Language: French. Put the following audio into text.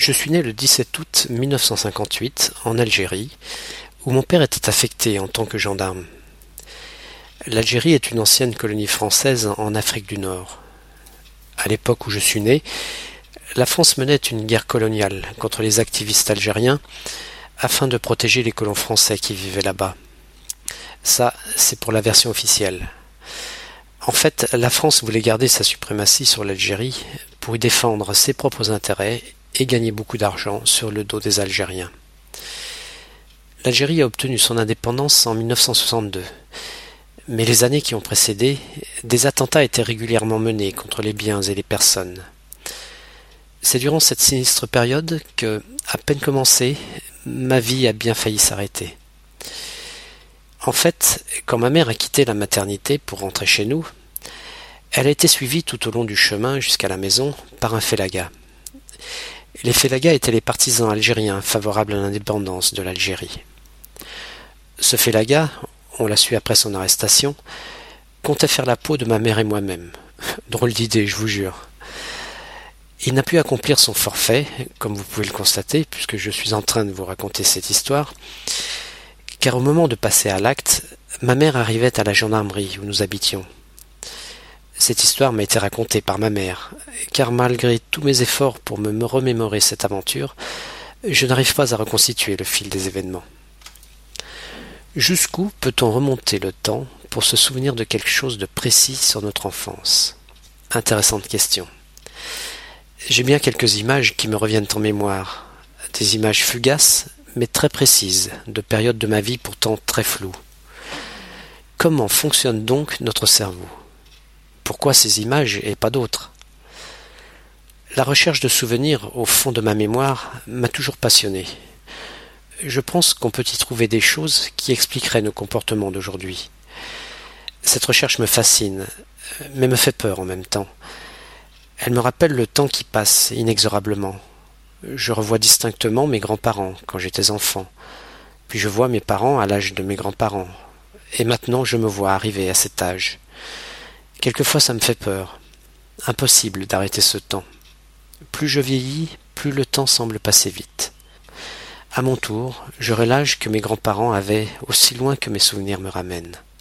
Je suis né le 17 août 1958 en Algérie, où mon père était affecté en tant que gendarme. L'Algérie est une ancienne colonie française en Afrique du Nord. À l'époque où je suis né, la France menait une guerre coloniale contre les activistes algériens afin de protéger les colons français qui vivaient là-bas. Ça, c'est pour la version officielle. En fait, la France voulait garder sa suprématie sur l'Algérie pour y défendre ses propres intérêts et gagner beaucoup d'argent sur le dos des Algériens. L'Algérie a obtenu son indépendance en 1962. Mais les années qui ont précédé, des attentats étaient régulièrement menés contre les biens et les personnes. C'est durant cette sinistre période que, à peine commencée, ma vie a bien failli s'arrêter. En fait, quand ma mère a quitté la maternité pour rentrer chez nous, elle a été suivie tout au long du chemin jusqu'à la maison par un félaga. Les félagas étaient les partisans algériens favorables à l'indépendance de l'Algérie. Ce félaga, on l'a su après son arrestation, comptait faire la peau de ma mère et moi-même. Drôle d'idée, je vous jure. Il n'a pu accomplir son forfait, comme vous pouvez le constater, puisque je suis en train de vous raconter cette histoire, car au moment de passer à l'acte, ma mère arrivait à la gendarmerie où nous habitions. Cette histoire m'a été racontée par ma mère, car malgré tous mes efforts pour me remémorer cette aventure, je n'arrive pas à reconstituer le fil des événements. Jusqu'où peut-on remonter le temps pour se souvenir de quelque chose de précis sur notre enfance? Intéressante question. J'ai bien quelques images qui me reviennent en mémoire, des images fugaces, mais très précises, de périodes de ma vie pourtant très floues. Comment fonctionne donc notre cerveau? Pourquoi ces images et pas d'autres? La recherche de souvenirs au fond de ma mémoire m'a toujours passionné. Je pense qu'on peut y trouver des choses qui expliqueraient nos comportements d'aujourd'hui. Cette recherche me fascine, mais me fait peur en même temps. Elle me rappelle le temps qui passe inexorablement. Je revois distinctement mes grands-parents quand j'étais enfant, puis je vois mes parents à l'âge de mes grands-parents, et maintenant je me vois arriver à cet âge. Quelquefois ça me fait peur. Impossible d'arrêter ce temps. Plus je vieillis, plus le temps semble passer vite. À mon tour, j'aurai l'âge que mes grands-parents avaient, aussi loin que mes souvenirs me ramènent.